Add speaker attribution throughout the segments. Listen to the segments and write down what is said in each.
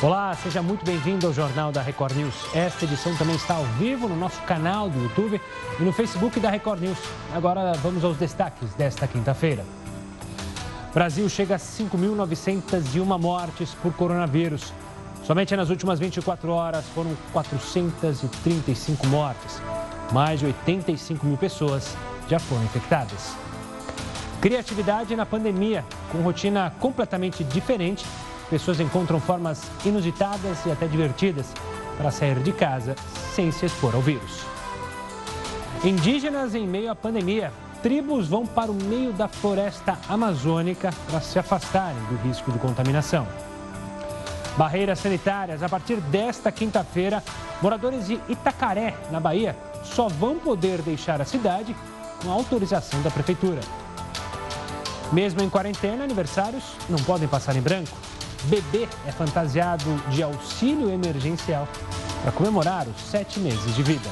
Speaker 1: Olá, seja muito bem-vindo ao Jornal da Record News. Esta edição também está ao vivo no nosso canal do YouTube e no Facebook da Record News. Agora vamos aos destaques desta quinta-feira. Brasil chega a 5.901 mortes por coronavírus. Somente nas últimas 24 horas foram 435 mortes. Mais de 85 mil pessoas já foram infectadas. Criatividade na pandemia. Com rotina completamente diferente, pessoas encontram formas inusitadas e até divertidas para sair de casa sem se expor ao vírus. Indígenas em meio à pandemia. Tribos vão para o meio da floresta amazônica para se afastarem do risco de contaminação. Barreiras sanitárias. A partir desta quinta-feira, moradores de Itacaré, na Bahia, só vão poder deixar a cidade com autorização da prefeitura. Mesmo em quarentena, aniversários não podem passar em branco. Bebê é fantasiado de auxílio emergencial para comemorar os 7 meses de vida.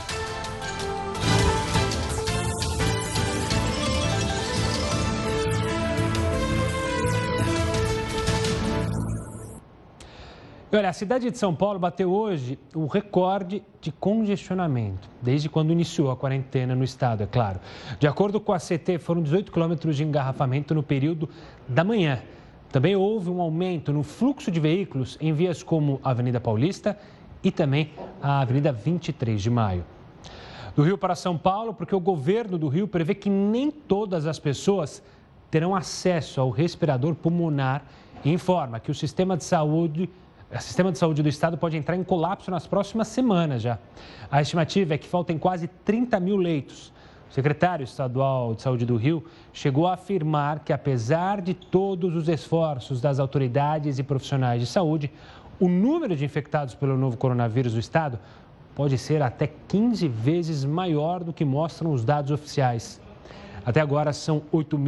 Speaker 1: E olha, a cidade de São Paulo bateu hoje o recorde de congestionamento, desde quando iniciou a quarentena no estado, é claro. De acordo com a CT, foram 18 quilômetros de engarrafamento no período da manhã. Também houve um aumento no fluxo de veículos em vias como a Avenida Paulista e também a Avenida 23 de Maio. Do Rio para São Paulo, porque o governo do Rio prevê que nem todas as pessoas terão acesso ao respirador pulmonar e informa que o sistema de saúde do estado pode entrar em colapso nas próximas semanas já. A estimativa é que faltem quase 30 mil leitos. O secretário estadual de saúde do Rio chegou a afirmar que, apesar de todos os esforços das autoridades e profissionais de saúde, o número de infectados pelo novo coronavírus do estado pode ser até 15 vezes maior do que mostram os dados oficiais. Até agora são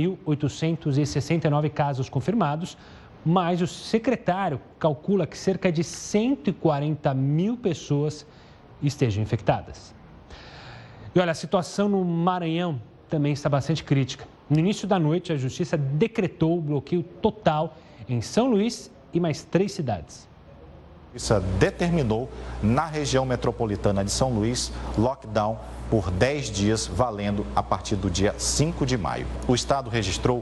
Speaker 1: 8.869 casos confirmados, mas o secretário calcula que cerca de 140 mil pessoas estejam infectadas. E olha, a situação no Maranhão também está bastante crítica. No início da noite, a Justiça decretou o bloqueio total em São Luís e mais 3 cidades.
Speaker 2: A Justiça determinou, na região metropolitana de São Luís, lockdown por 10 dias, valendo a partir do dia 5 de maio. O estado registrou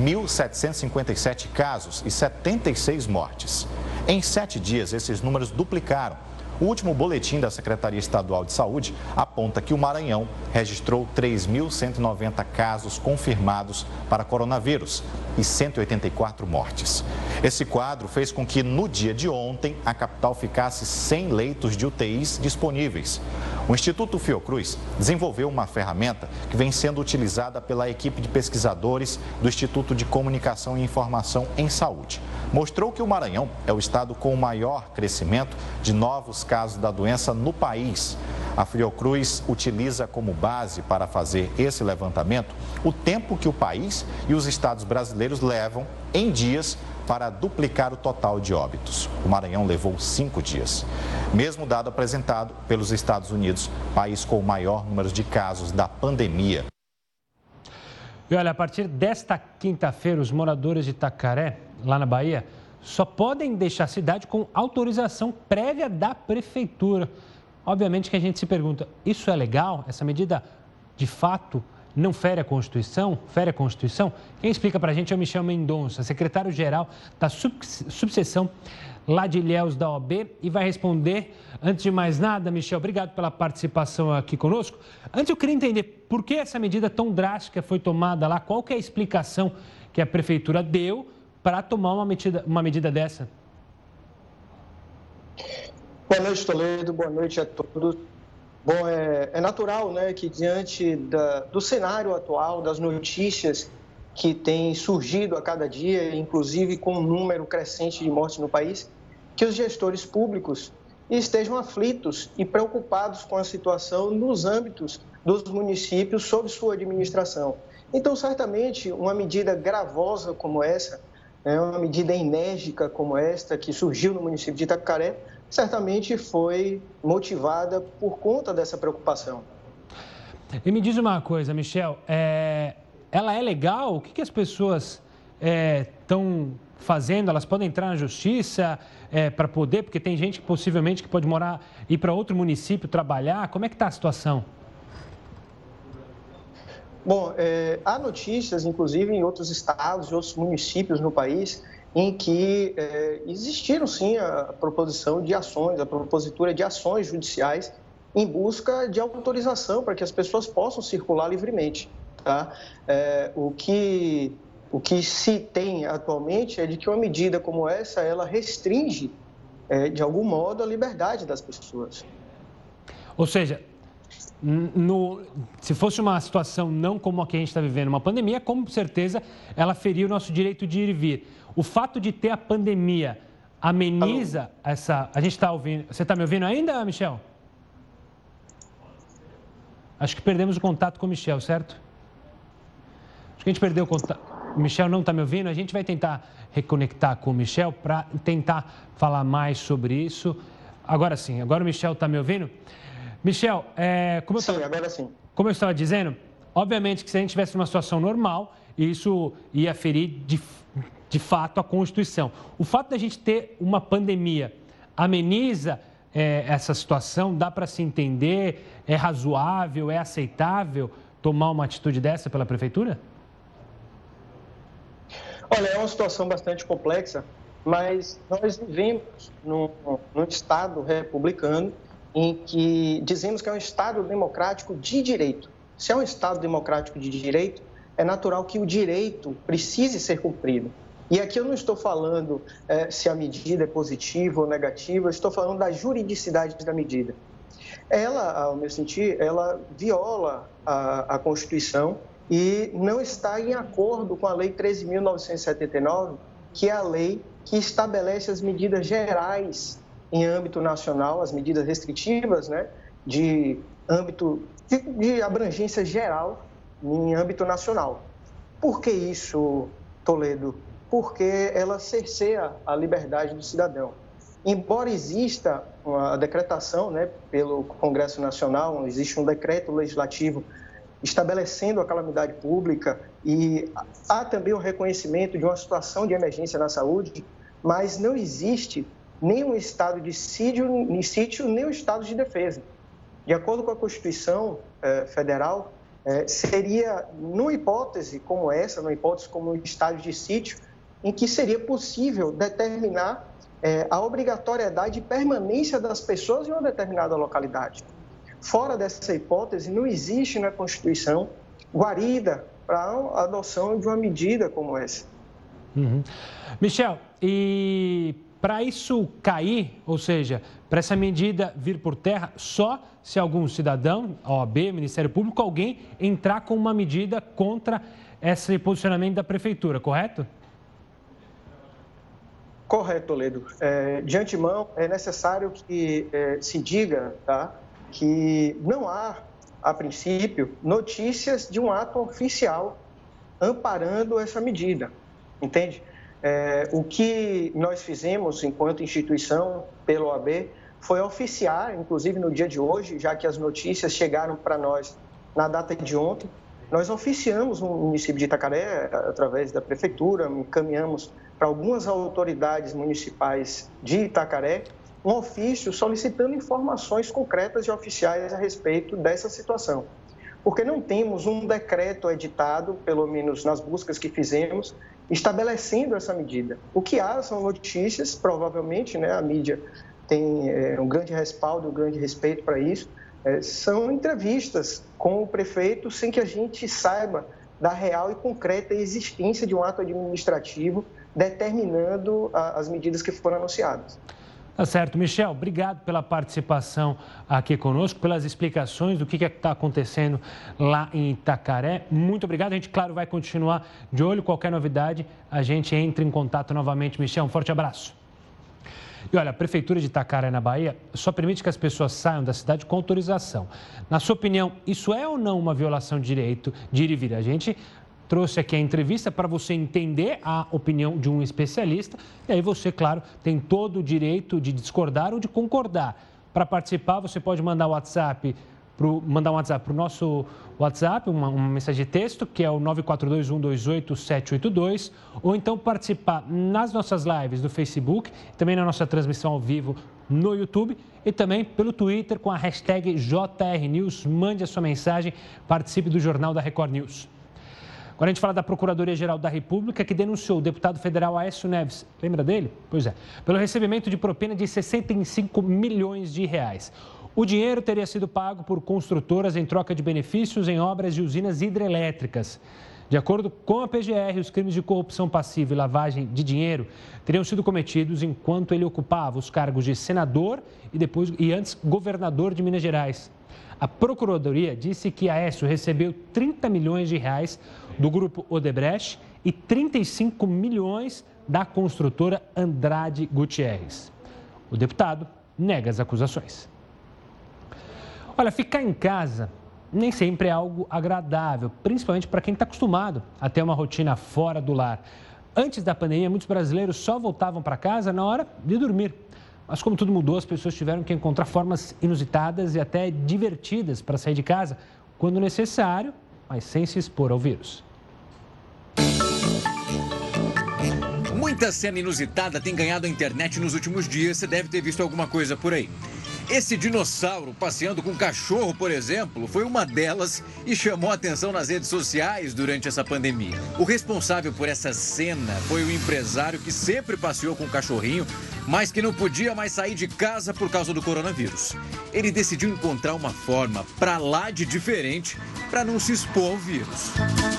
Speaker 2: 1.757 casos e 76 mortes. Em 7 dias, esses números duplicaram. O último boletim da Secretaria Estadual de Saúde aponta que o Maranhão registrou 3.190 casos confirmados para coronavírus e 184 mortes. Esse quadro fez com que, no dia de ontem, a capital ficasse sem leitos de UTIs disponíveis. O Instituto Fiocruz desenvolveu uma ferramenta que vem sendo utilizada pela equipe de pesquisadores do Instituto de Comunicação e Informação em Saúde. Mostrou que o Maranhão é o estado com o maior crescimento de novos casos da doença no país. A Fiocruz utiliza como base para fazer esse levantamento o tempo que o país e os estados brasileiros levam em dias para duplicar o total de óbitos. O Maranhão levou 5 dias. Mesmo dado apresentado pelos Estados Unidos, país com o maior número de casos da pandemia.
Speaker 1: E olha, a partir desta quinta-feira, os moradores de Itacaré, lá na Bahia, só podem deixar a cidade com autorização prévia da prefeitura. Obviamente que a gente se pergunta, isso é legal? Essa medida, de fato, não fere a Constituição? Fere a Constituição? Quem explica para a gente é o Michel Mendonça, secretário-geral da subseção lá de Ilhéus da OAB, e vai responder. Antes de mais nada, Michel, obrigado pela participação aqui conosco. Antes eu queria entender por que essa medida tão drástica foi tomada lá, qual que é a explicação que a prefeitura deu para tomar uma medida dessa?
Speaker 3: Boa noite, Toledo. Boa noite a todos. Bom, é natural, né, que diante do cenário atual, das notícias que têm surgido a cada dia, inclusive com um número crescente de mortes no país, que os gestores públicos estejam aflitos e preocupados com a situação nos âmbitos dos municípios sob sua administração. Então, certamente, uma medida gravosa como essa, uma medida enérgica como esta, que surgiu no município de Itacaré, certamente foi motivada por conta dessa preocupação.
Speaker 1: E me diz uma coisa, Michel, ela é legal? O que as pessoas estão fazendo? Elas podem entrar na justiça para poder, porque tem gente que possivelmente que pode ir para outro município trabalhar. Como é que está a situação?
Speaker 3: Bom, há notícias, inclusive, em outros estados e outros municípios no país, em que existiram, sim, a proposição de ações, a propositura de ações judiciais em busca de autorização para que as pessoas possam circular livremente. Tá? O que se tem atualmente é de que uma medida como essa, ela restringe, de algum modo, a liberdade das pessoas.
Speaker 1: Ou seja, se fosse uma situação não como a que a gente está vivendo, uma pandemia, com certeza ela feria o nosso direito de ir e vir. O fato de ter a pandemia ameniza essa... A gente está ouvindo... Você está me ouvindo ainda, Michel? Acho que perdemos o contato com o Michel, certo? Acho que a gente perdeu o contato. O Michel não está me ouvindo? A gente vai tentar reconectar com o Michel para tentar falar mais sobre isso. Agora sim, agora o Michel está me ouvindo? Michel, como eu estava dizendo, obviamente que se a gente tivesse uma situação normal, isso ia ferir de fato a Constituição. O fato da gente ter uma pandemia ameniza essa situação? Dá para se entender? É razoável? É aceitável tomar uma atitude dessa pela Prefeitura?
Speaker 3: Olha, é uma situação bastante complexa, mas nós vivemos num Estado republicano em que dizemos que é um Estado democrático de direito. Se é um Estado democrático de direito, é natural que o direito precise ser cumprido. E aqui eu não estou falando se a medida é positiva ou negativa, eu estou falando da juridicidade da medida. Ela, ao meu sentir, ela viola a Constituição e não está em acordo com a Lei 13.979, que é a lei que estabelece as medidas gerais em âmbito nacional, as medidas restritivas, né, de âmbito de abrangência geral em âmbito nacional. Por que isso, Toledo? Porque ela cerceia a liberdade do cidadão. Embora exista uma decretação, né, pelo Congresso Nacional, existe um decreto legislativo estabelecendo a calamidade pública e há também o reconhecimento de uma situação de emergência na saúde, mas não existe nem um estado de sítio, nem um estado de defesa. De acordo com a Constituição Federal, seria, numa hipótese como essa, numa hipótese como um estado de sítio, em que seria possível determinar a obrigatoriedade de permanência das pessoas em uma determinada localidade. Fora dessa hipótese, não existe na Constituição guarida para a adoção de uma medida como essa.
Speaker 1: Uhum. Michel, e para isso cair, ou seja, para essa medida vir por terra, só se algum cidadão, OAB, Ministério Público, alguém entrar com uma medida contra esse posicionamento da Prefeitura, correto?
Speaker 3: Correto, Toledo. De antemão, é necessário que se diga, tá, que não há, a princípio, notícias de um ato oficial amparando essa medida, entende? O que nós fizemos enquanto instituição pela OAB foi oficiar, inclusive no dia de hoje, já que as notícias chegaram para nós na data de ontem, nós oficiamos no município de Itacaré, através da Prefeitura, encaminhamos para algumas autoridades municipais de Itacaré um ofício solicitando informações concretas e oficiais a respeito dessa situação. Porque não temos um decreto editado, pelo menos nas buscas que fizemos, estabelecendo essa medida. O que há são notícias, provavelmente, né, a mídia tem um grande respaldo, um grande respeito para isso, são entrevistas com o prefeito sem que a gente saiba da real e concreta existência de um ato administrativo determinando as medidas que foram anunciadas.
Speaker 1: Tá certo. Michel, obrigado pela participação aqui conosco, pelas explicações do que está acontecendo lá em Itacaré. Muito obrigado. A gente, claro, vai continuar de olho. Qualquer novidade, a gente entra em contato novamente. Michel, um forte abraço. E olha, a Prefeitura de Itacaré, na Bahia, só permite que as pessoas saiam da cidade com autorização. Na sua opinião, isso é ou não uma violação de direito de ir e vir? A gente trouxe aqui a entrevista para você entender a opinião de um especialista. E aí você, claro, tem todo o direito de discordar ou de concordar. Para participar, você pode mandar o WhatsApp mandar um WhatsApp para o nosso WhatsApp, uma mensagem de texto, que é o 942-128-782, ou então participar nas nossas lives do Facebook, também na nossa transmissão ao vivo no YouTube e também pelo Twitter com a hashtag JRNews. Mande a sua mensagem, participe do Jornal da Record News. Agora a gente fala da Procuradoria-Geral da República, que denunciou o deputado federal Aécio Neves, lembra dele? Pois é, pelo recebimento de propina de 65 milhões de reais. O dinheiro teria sido pago por construtoras em troca de benefícios em obras de usinas hidrelétricas. De acordo com a PGR, os crimes de corrupção passiva e lavagem de dinheiro teriam sido cometidos enquanto ele ocupava os cargos de senador e antes governador de Minas Gerais. A Procuradoria disse que Aécio recebeu 30 milhões de reais do grupo Odebrecht e 35 milhões da construtora Andrade Gutierrez. O deputado nega as acusações. Olha, ficar em casa nem sempre é algo agradável, principalmente para quem está acostumado a ter uma rotina fora do lar. Antes da pandemia, muitos brasileiros só voltavam para casa na hora de dormir. Mas como tudo mudou, as pessoas tiveram que encontrar formas inusitadas e até divertidas para sair de casa, quando necessário, mas sem se expor ao vírus.
Speaker 4: Muita cena inusitada tem ganhado a internet nos últimos dias. Você deve ter visto alguma coisa por aí. Esse dinossauro passeando com um cachorro, por exemplo, foi uma delas e chamou a atenção nas redes sociais durante essa pandemia. O responsável por essa cena foi o empresário que sempre passeou com o cachorrinho, mas que não podia mais sair de casa por causa do coronavírus. Ele decidiu encontrar uma forma pra lá de diferente para não se expor ao vírus.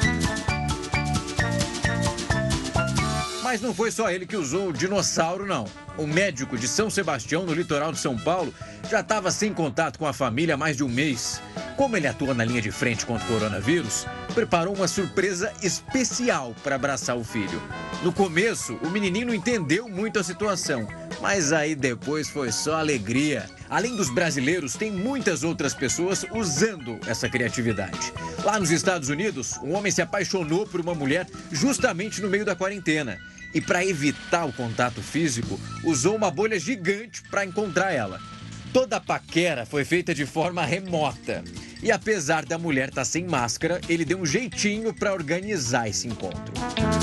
Speaker 4: Mas não foi só ele que usou o dinossauro, não. Um médico de São Sebastião, no litoral de São Paulo, já estava sem contato com a família há mais de um mês. Como ele atua na linha de frente contra o coronavírus, preparou uma surpresa especial para abraçar o filho. No começo, o menininho não entendeu muito a situação, mas aí depois foi só alegria. Além dos brasileiros, tem muitas outras pessoas usando essa criatividade. Lá nos Estados Unidos, um homem se apaixonou por uma mulher justamente no meio da quarentena. E para evitar o contato físico, usou uma bolha gigante para encontrar ela. Toda a paquera foi feita de forma remota. E apesar da mulher estar sem máscara, ele deu um jeitinho para organizar esse encontro.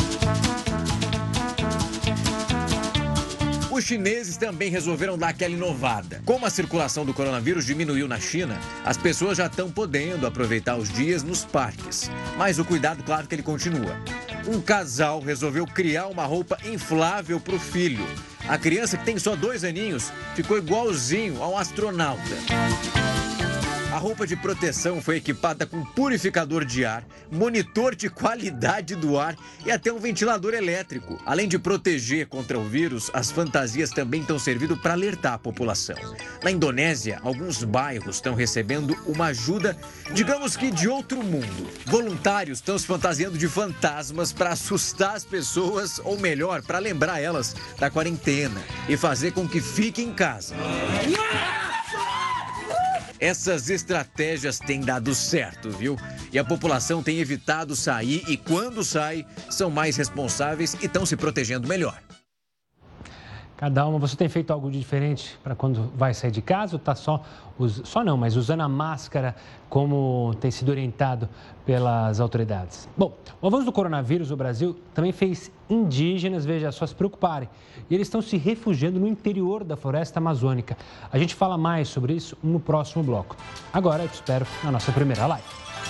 Speaker 4: Os chineses também resolveram dar aquela inovada. Como a circulação do coronavírus diminuiu na China, as pessoas já estão podendo aproveitar os dias nos parques. Mas o cuidado, claro que ele continua. Um casal resolveu criar uma roupa inflável para o filho. A criança, que tem só 2 aninhos, ficou igualzinho a um astronauta. A roupa de proteção foi equipada com purificador de ar, monitor de qualidade do ar e até um ventilador elétrico. Além de proteger contra o vírus, as fantasias também estão servindo para alertar a população. Na Indonésia, alguns bairros estão recebendo uma ajuda, digamos que de outro mundo. Voluntários estão se fantasiando de fantasmas para assustar as pessoas, ou melhor, para lembrar elas da quarentena e fazer com que fiquem em casa. Essas estratégias têm dado certo, viu? E a população tem evitado sair e, quando sai, são mais responsáveis e estão se protegendo melhor.
Speaker 1: Cada uma, você tem feito algo de diferente para quando vai sair de casa ou está mas usando a máscara como tem sido orientado pelas autoridades? Bom, o avanço do coronavírus no Brasil também fez indígenas, veja só, se preocuparem. E eles estão se refugiando no interior da floresta amazônica. A gente fala mais sobre isso no próximo bloco. Agora eu te espero na nossa primeira live.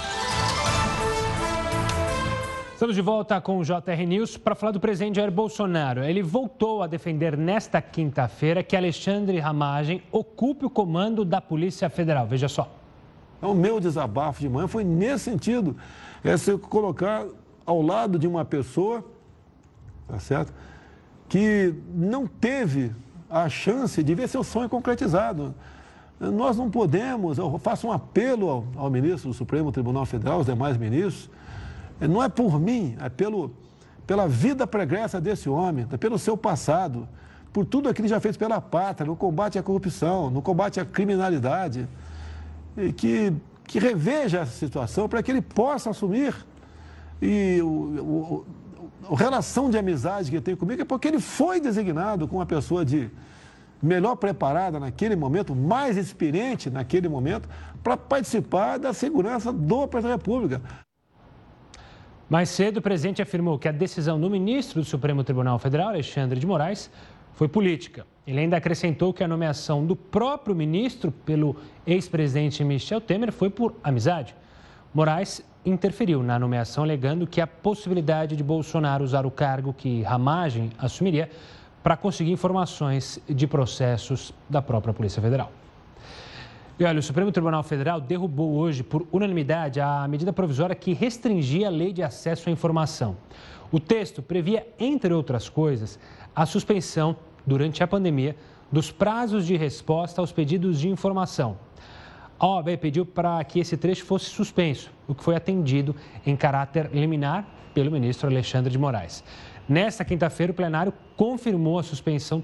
Speaker 1: Estamos de volta com o JR News para falar do presidente Jair Bolsonaro. Ele voltou a defender nesta quinta-feira que Alexandre Ramagem ocupe o comando da Polícia Federal. Veja só.
Speaker 5: O meu desabafo de manhã foi nesse sentido. É se colocar ao lado de uma pessoa, tá certo? Que não teve a chance de ver seu sonho concretizado. Nós não podemos, eu faço um apelo ao ministro do Supremo Tribunal Federal, aos demais ministros. Não é por mim, é pela vida pregressa desse homem, pelo seu passado, por tudo aquilo que já fez pela pátria, no combate à corrupção, no combate à criminalidade, e que reveja essa situação para que ele possa assumir. E a relação de amizade que ele tem comigo é porque ele foi designado com uma pessoa de melhor preparada naquele momento, mais experiente naquele momento, para participar da segurança do presidente da República.
Speaker 1: Mais cedo, o presidente afirmou que a decisão do ministro do Supremo Tribunal Federal, Alexandre de Moraes, foi política. Ele ainda acrescentou que a nomeação do próprio ministro pelo ex-presidente Michel Temer foi por amizade. Moraes interferiu na nomeação, alegando que a possibilidade de Bolsonaro usar o cargo que Ramagem assumiria para conseguir informações de processos da própria Polícia Federal. E olha, o Supremo Tribunal Federal derrubou hoje, por unanimidade, a medida provisória que restringia a lei de acesso à informação. O texto previa, entre outras coisas, a suspensão, durante a pandemia, dos prazos de resposta aos pedidos de informação. A OAB pediu para que esse trecho fosse suspenso, o que foi atendido em caráter liminar pelo ministro Alexandre de Moraes. Nesta quinta-feira, o plenário confirmou a suspensão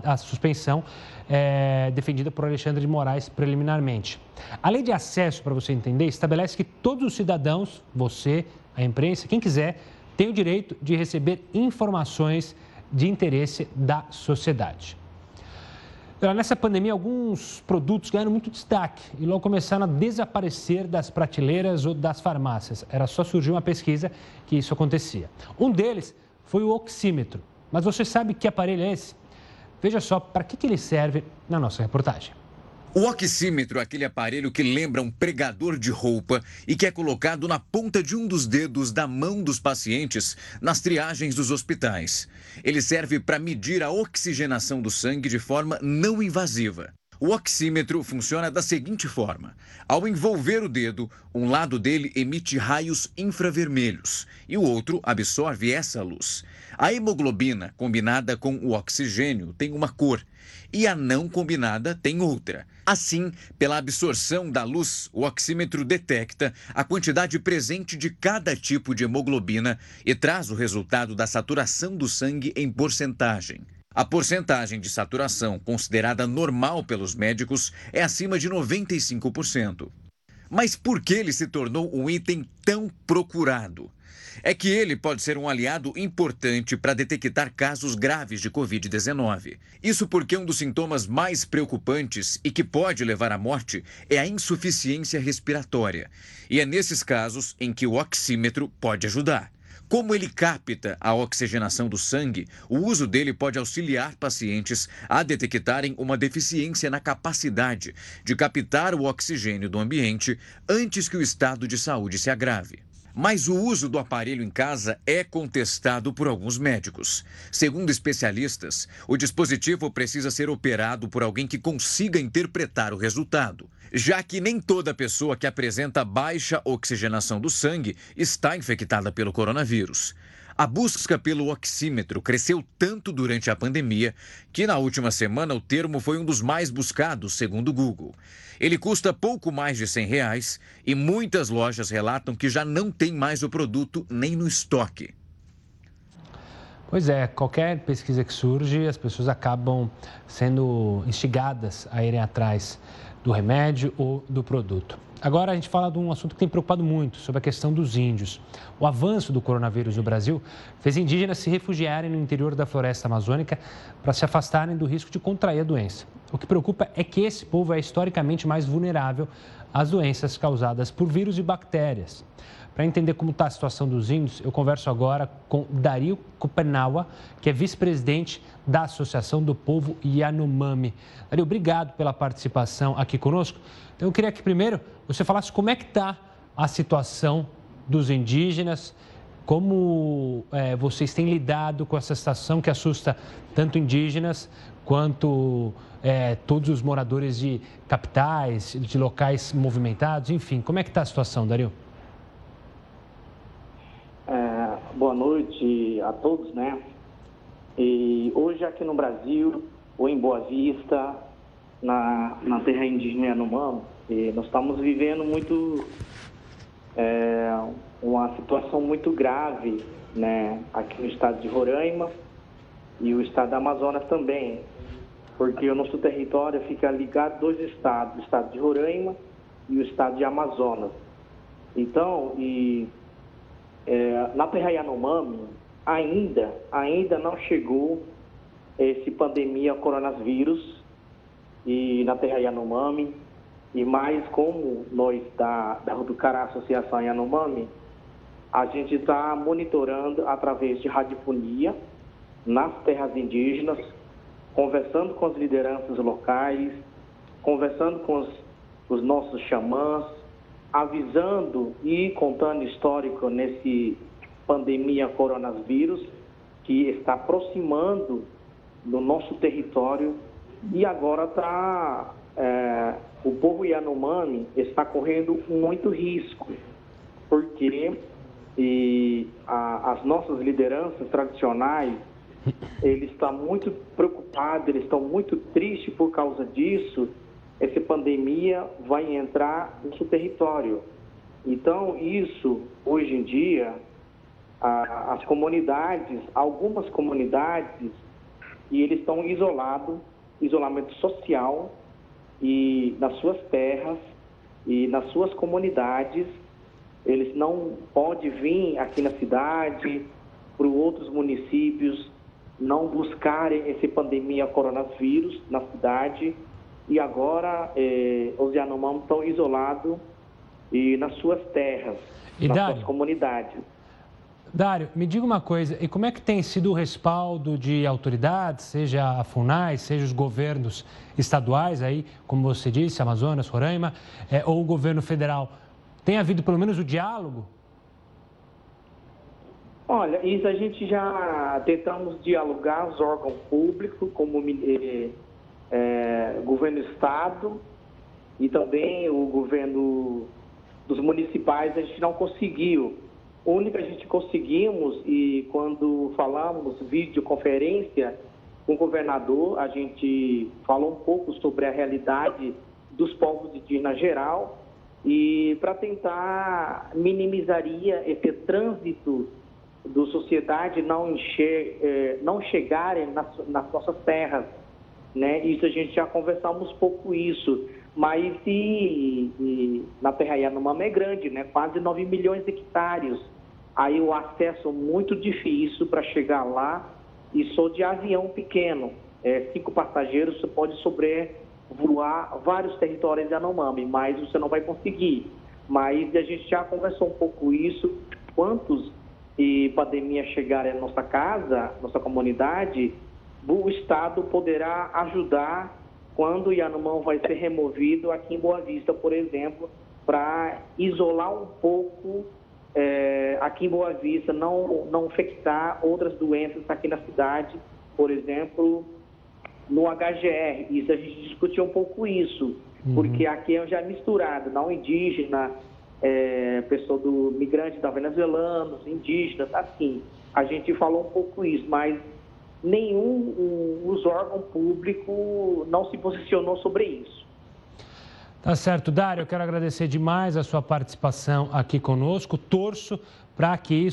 Speaker 1: defendida por Alexandre de Moraes preliminarmente. A lei de acesso, para você entender, estabelece que todos os cidadãos, você, a imprensa, quem quiser, tem o direito de receber informações de interesse da sociedade. Nessa pandemia, alguns produtos ganharam muito destaque e logo começaram a desaparecer das prateleiras ou das farmácias. Era só surgir uma pesquisa que isso acontecia. Um deles foi o oxímetro. Mas você sabe que aparelho é esse? Veja só para que ele serve na nossa reportagem.
Speaker 4: O oxímetro é aquele aparelho que lembra um pregador de roupa e que é colocado na ponta de um dos dedos da mão dos pacientes nas triagens dos hospitais. Ele serve para medir a oxigenação do sangue de forma não invasiva. O oxímetro funciona da seguinte forma: ao envolver o dedo, um lado dele emite raios infravermelhos e o outro absorve essa luz. A hemoglobina, combinada com o oxigênio, tem uma cor e a não combinada tem outra. Assim, pela absorção da luz, o oxímetro detecta a quantidade presente de cada tipo de hemoglobina e traz o resultado da saturação do sangue em porcentagem. A porcentagem de saturação considerada normal pelos médicos é acima de 95%. Mas por que ele se tornou um item tão procurado? É que ele pode ser um aliado importante para detectar casos graves de Covid-19. Isso porque um dos sintomas mais preocupantes e que pode levar à morte é a insuficiência respiratória. E é nesses casos em que o oxímetro pode ajudar. Como ele capta a oxigenação do sangue, o uso dele pode auxiliar pacientes a detectarem uma deficiência na capacidade de captar o oxigênio do ambiente antes que o estado de saúde se agrave. Mas o uso do aparelho em casa é contestado por alguns médicos. Segundo especialistas, o dispositivo precisa ser operado por alguém que consiga interpretar o resultado, já que nem toda pessoa que apresenta baixa oxigenação do sangue está infectada pelo coronavírus. A busca pelo oxímetro cresceu tanto durante a pandemia que na última semana o termo foi um dos mais buscados, segundo o Google. Ele custa pouco mais de R$100 e muitas lojas relatam que já não tem mais o produto nem no estoque.
Speaker 1: Pois é, qualquer pesquisa que surge, as pessoas acabam sendo instigadas a irem atrás do remédio ou do produto. Agora a gente fala de um assunto que tem preocupado muito, sobre a questão dos índios. O avanço do coronavírus no Brasil fez indígenas se refugiarem no interior da floresta amazônica para se afastarem do risco de contrair a doença. O que preocupa é que esse povo é historicamente mais vulnerável às doenças causadas por vírus e bactérias. Para entender como está a situação dos índios, eu converso agora com Dario Kupenawa, que é vice-presidente da Associação do Povo Yanomami. Dario, obrigado pela participação aqui conosco. Então, eu queria que primeiro você falasse como é que está a situação dos indígenas, como vocês têm lidado com essa situação que assusta tanto indígenas quanto todos os moradores de capitais, de locais movimentados, enfim. Como é que está a situação, Dario?
Speaker 6: Boa noite a todos, né? E hoje aqui no Brasil, ou em Boa Vista, na terra indígena Yanomami, nós estamos vivendo uma situação muito grave, né? Aqui no estado de Roraima e o estado do Amazonas também, porque o nosso território fica ligado a dois estados, o estado de Roraima e o estado de Amazonas. Então, na terra Yanomami ainda não chegou esse pandemia coronavírus, e na terra Yanomami, e mais como nós do Cará Associação Yanomami, a gente está monitorando através de radiofonia nas terras indígenas, conversando com as lideranças locais, conversando com os nossos xamãs, avisando e contando histórico nesse pandemia coronavírus que está aproximando do nosso território e agora o povo Yanomami está correndo muito risco, porque as nossas lideranças tradicionais, eles estão muito preocupados, eles estão muito tristes por causa disso. Essa pandemia vai entrar no seu território. Então, isso, hoje em dia, as comunidades, algumas comunidades, e eles estão isolados, isolamento social, e nas suas terras e nas suas comunidades, eles não podem vir aqui na cidade, para outros municípios, não buscarem essa pandemia coronavírus na cidade, e agora os Yanomami estão isolados e nas suas terras, nas suas comunidades.
Speaker 1: Dário, me diga uma coisa, e como é que tem sido o respaldo de autoridades, seja a FUNAI, seja os governos estaduais aí, como você disse, Amazonas, Roraima, ou o governo federal? Tem havido pelo menos o diálogo?
Speaker 6: Olha, isso a gente já tentamos dialogar os órgãos públicos, como governo do estado e também o governo dos municipais, a gente não conseguiu. O único que a gente conseguimos, e quando falamos videoconferência com o governador, a gente falou um pouco sobre a realidade dos povos indígenas geral e para tentar minimizaria esse trânsito da sociedade não chegarem nas nossas terras, né? Isso a gente já conversamos um pouco isso, mas na terra Yanomami é grande, né? Quase 9 milhões de hectares. Aí o acesso muito difícil para chegar lá e só de avião pequeno. 5 passageiros, você pode sobrevoar vários territórios de Yanomami, mas você não vai conseguir. Mas a gente já conversou um pouco isso, quantos pandemia chegarem à nossa casa, nossa comunidade, o Estado poderá ajudar quando o Yanomami vai ser removido aqui em Boa Vista, por exemplo, para isolar um pouco aqui em Boa Vista, não infectar outras doenças aqui na cidade, por exemplo, no HGR. Isso a gente discutiu um pouco isso, porque aqui é já misturado, não indígena, pessoa do migrante da venezuelanos, indígenas, assim. A gente falou um pouco isso, mas os órgãos públicos não se posicionou sobre isso.
Speaker 1: Tá certo, Dário, eu quero agradecer demais a sua participação aqui conosco. Torço para que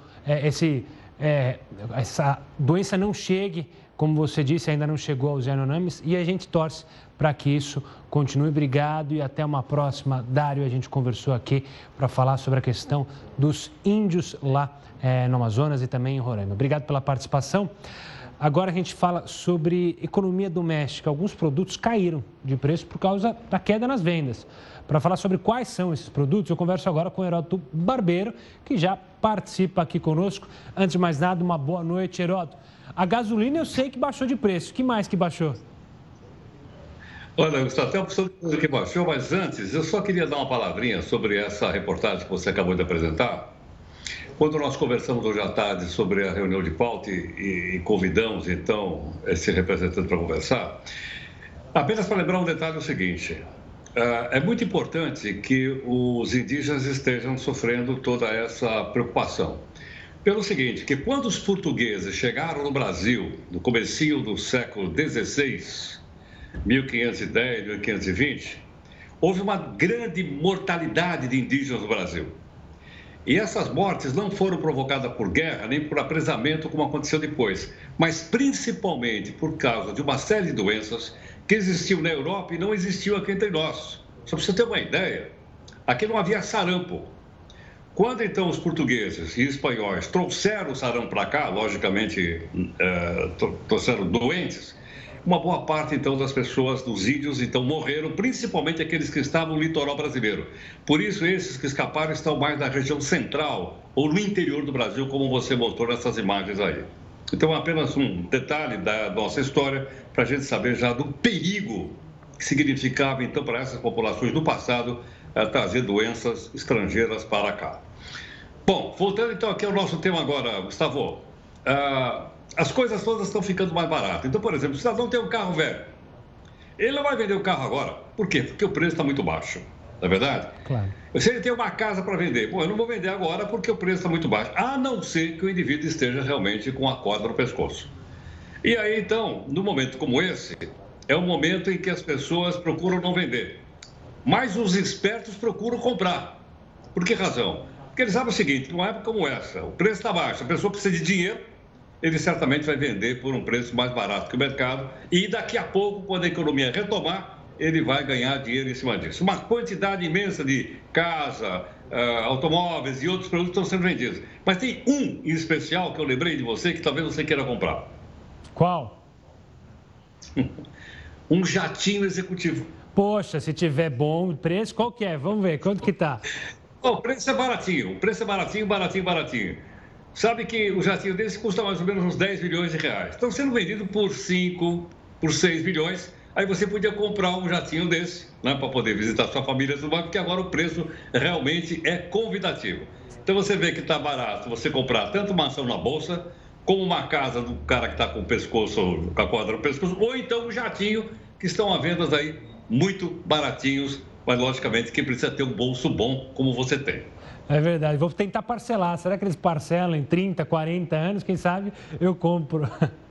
Speaker 1: essa doença não chegue, como você disse, ainda não chegou aos Yanomamis, e a gente torce para que isso continue. Obrigado e até uma próxima. Dário, a gente conversou aqui para falar sobre a questão dos índios lá no Amazonas e também em Roraima. Obrigado pela participação. Agora a gente fala sobre economia doméstica. Alguns produtos caíram de preço por causa da queda nas vendas. Para falar sobre quais são esses produtos, eu converso agora com o Heródoto Barbeiro, que já participa aqui conosco. Antes de mais nada, uma boa noite, Heródoto. A gasolina eu sei que baixou de preço. O que mais que baixou?
Speaker 7: Olha, eu estou até opção que baixou, mas antes eu só queria dar uma palavrinha sobre essa reportagem que você acabou de apresentar. Quando nós conversamos hoje à tarde sobre a reunião de pauta e convidamos, então, esse representante para conversar, apenas para lembrar um detalhe, é o seguinte: é muito importante que os indígenas estejam sofrendo toda essa preocupação. Pelo seguinte, que quando os portugueses chegaram no Brasil, no comecinho do século XVI, 1510, 1520, houve uma grande mortalidade de indígenas no Brasil. E essas mortes não foram provocadas por guerra, nem por apresamento, como aconteceu depois, mas principalmente por causa de uma série de doenças que existiam na Europa e não existiam aqui entre nós. Só para você ter uma ideia, aqui não havia sarampo. Quando então os portugueses e espanhóis trouxeram o sarampo para cá, logicamente trouxeram doentes, uma boa parte, então, das pessoas dos índios, então, morreram, principalmente aqueles que estavam no litoral brasileiro. Por isso, esses que escaparam estão mais na região central ou no interior do Brasil, como você mostrou nessas imagens aí. Então, apenas um detalhe da nossa história, para a gente saber já do perigo que significava, então, para essas populações do passado, trazer doenças estrangeiras para cá. Bom, voltando, então, aqui ao nosso tema agora, Gustavo. As coisas todas estão ficando mais baratas. Então, por exemplo, o cidadão tem um carro velho. Ele não vai vender o carro agora. Por quê? Porque o preço está muito baixo. Não é verdade?
Speaker 1: Claro.
Speaker 7: Se ele tem uma casa para vender, eu não vou vender agora porque o preço está muito baixo. A não ser que o indivíduo esteja realmente com a corda no pescoço. E aí, então, num momento como esse, é um momento em que as pessoas procuram não vender. Mas os espertos procuram comprar. Por que razão? Porque eles sabem o seguinte, numa época como essa, o preço está baixo, a pessoa precisa de dinheiro, ele certamente vai vender por um preço mais barato que o mercado e daqui a pouco, quando a economia retomar, ele vai ganhar dinheiro em cima disso. Uma quantidade imensa de casa, automóveis e outros produtos estão sendo vendidos. Mas tem um em especial que eu lembrei de você que talvez você queira comprar.
Speaker 1: Qual?
Speaker 7: Um jatinho executivo.
Speaker 1: Poxa, se tiver bom preço, qual que é? Vamos ver, quanto que tá?
Speaker 7: O preço é baratinho, baratinho. Sabe que o jatinho desse custa mais ou menos uns 10 milhões de reais. Estão sendo vendidos por 5, por 6 milhões. Aí você podia comprar um jatinho desse, né, para poder visitar sua família e tudo mais, porque agora o preço realmente é convidativo. Então você vê que está barato você comprar tanto uma ação na bolsa, como uma casa do cara que está com o pescoço, com a corda no pescoço, ou então um jatinho que estão à venda aí muito baratinhos, mas logicamente quem precisa ter um bolso bom como você tem.
Speaker 1: É verdade, vou tentar parcelar. Será que eles parcelam em 30, 40 anos? Quem sabe eu compro.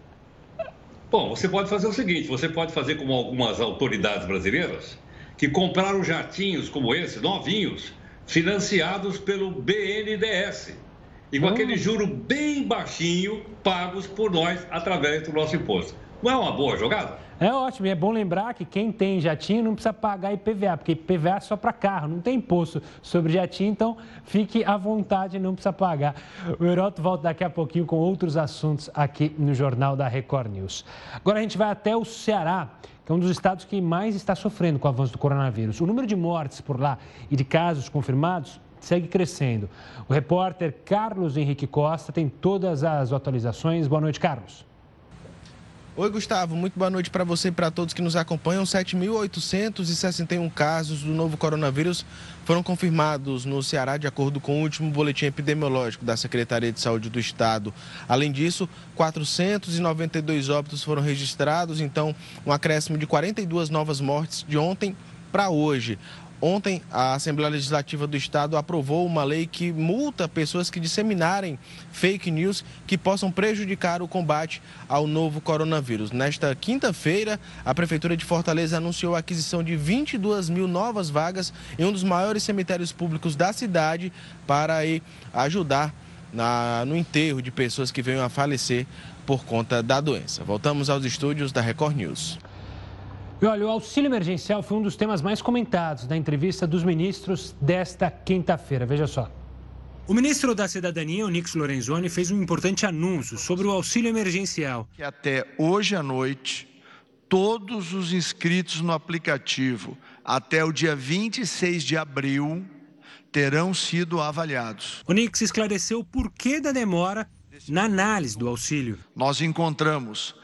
Speaker 7: Bom, você pode fazer o seguinte, você pode fazer como algumas autoridades brasileiras, que compraram jatinhos como esse, novinhos, financiados pelo BNDES. E com aquele juro bem baixinho, pagos por nós através do nosso imposto. Não é uma boa jogada?
Speaker 1: É ótimo, e é bom lembrar que quem tem jatinho não precisa pagar IPVA, porque IPVA é só para carro, não tem imposto sobre jatinho, então fique à vontade, não precisa pagar. O Heroto volta daqui a pouquinho com outros assuntos aqui no Jornal da Record News. Agora a gente vai até o Ceará, que é um dos estados que mais está sofrendo com o avanço do coronavírus. O número de mortes por lá e de casos confirmados segue crescendo. O repórter Carlos Henrique Costa tem todas as atualizações. Boa noite, Carlos.
Speaker 8: Oi, Gustavo. Muito boa noite para você e para todos que nos acompanham. 7.861 casos do novo coronavírus foram confirmados no Ceará, de acordo com o último boletim epidemiológico da Secretaria de Saúde do Estado. Além disso, 492 óbitos foram registrados, então um acréscimo de 42 novas mortes de ontem para hoje. Ontem, a Assembleia Legislativa do Estado aprovou uma lei que multa pessoas que disseminarem fake news que possam prejudicar o combate ao novo coronavírus. Nesta quinta-feira, a Prefeitura de Fortaleza anunciou a aquisição de 22 mil novas vagas em um dos maiores cemitérios públicos da cidade para aí ajudar no enterro de pessoas que venham a falecer por conta da doença. Voltamos aos estúdios da Record News.
Speaker 1: E olha, o auxílio emergencial foi um dos temas mais comentados na entrevista dos ministros desta quinta-feira. Veja só. O ministro da Cidadania, Onyx Lorenzoni, fez um importante anúncio sobre o auxílio emergencial.
Speaker 9: Que até hoje à noite, todos os inscritos no aplicativo até o dia 26 de abril terão sido avaliados.
Speaker 1: Onyx esclareceu o porquê da demora na análise do auxílio.
Speaker 9: Nós encontramos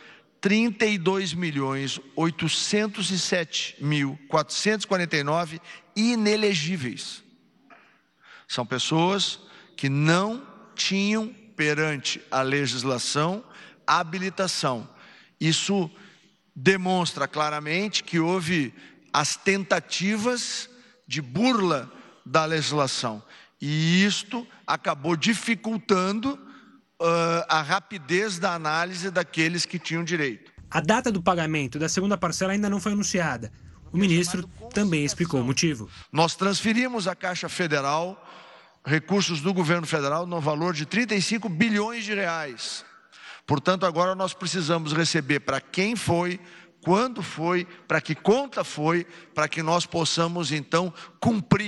Speaker 9: 32.807.449 inelegíveis. São pessoas que não tinham perante a legislação habilitação. Isso demonstra claramente que houve as tentativas de burla da legislação. E isto acabou dificultando a rapidez da análise daqueles que tinham direito.
Speaker 1: A data do pagamento da segunda parcela ainda não foi anunciada. O ministro também explicou o motivo.
Speaker 9: Nós transferimos à Caixa Federal recursos do governo federal no valor de 35 bilhões de reais. Portanto, agora nós precisamos receber para quem foi, quando foi, para que conta foi, para que nós possamos, então, cumprir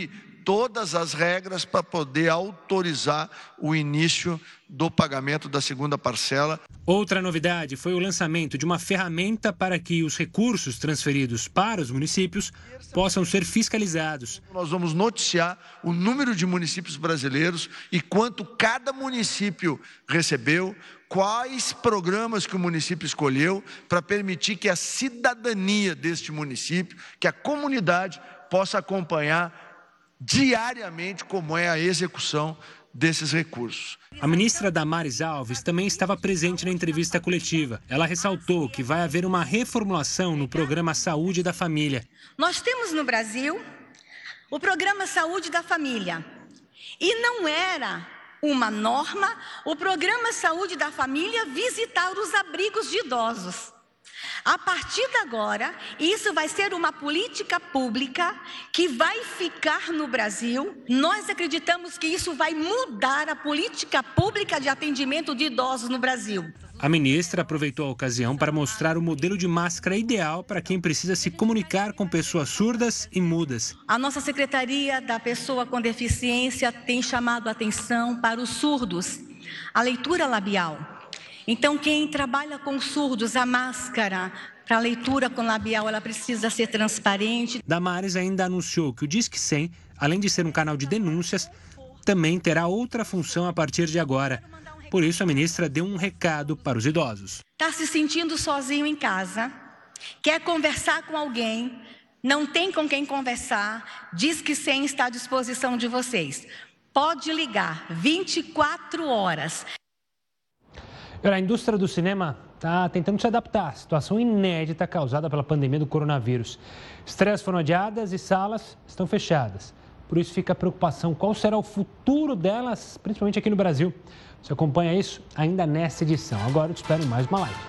Speaker 9: todas as regras para poder autorizar o início do pagamento da segunda parcela.
Speaker 1: Outra novidade foi o lançamento de uma ferramenta para que os recursos transferidos para os municípios possam ser fiscalizados.
Speaker 9: Nós vamos noticiar o número de municípios brasileiros e quanto cada município recebeu, quais programas que o município escolheu para permitir que a cidadania deste município, que a comunidade possa acompanhar diariamente como é a execução desses recursos.
Speaker 1: A ministra Damares Alves também estava presente na entrevista coletiva. Ela ressaltou que vai haver uma reformulação no Programa Saúde da Família.
Speaker 10: Nós temos no Brasil o Programa Saúde da Família. E não era uma norma o Programa Saúde da Família visitar os abrigos de idosos. A partir de agora, isso vai ser uma política pública que vai ficar no Brasil. Nós acreditamos que isso vai mudar a política pública de atendimento de idosos no Brasil.
Speaker 1: A ministra aproveitou a ocasião para mostrar o modelo de máscara ideal para quem precisa se comunicar com pessoas surdas e mudas.
Speaker 10: A nossa Secretaria da Pessoa com Deficiência tem chamado a atenção para os surdos, a leitura labial. Então, quem trabalha com surdos, a máscara para leitura com labial, ela precisa ser transparente.
Speaker 1: Damares ainda anunciou que o Disque 100, além de ser um canal de denúncias, também terá outra função a partir de agora. Por isso, a ministra deu um recado para os idosos.
Speaker 10: Está se sentindo sozinho em casa, quer conversar com alguém, não tem com quem conversar, Disque 100 está à disposição de vocês. Pode ligar 24 horas.
Speaker 1: A indústria do cinema está tentando se adaptar à situação inédita causada pela pandemia do coronavírus. Estreias foram adiadas e salas estão fechadas. Por isso fica a preocupação, qual será o futuro delas, principalmente aqui no Brasil. Você acompanha isso ainda nessa edição. Agora eu te espero em mais uma live.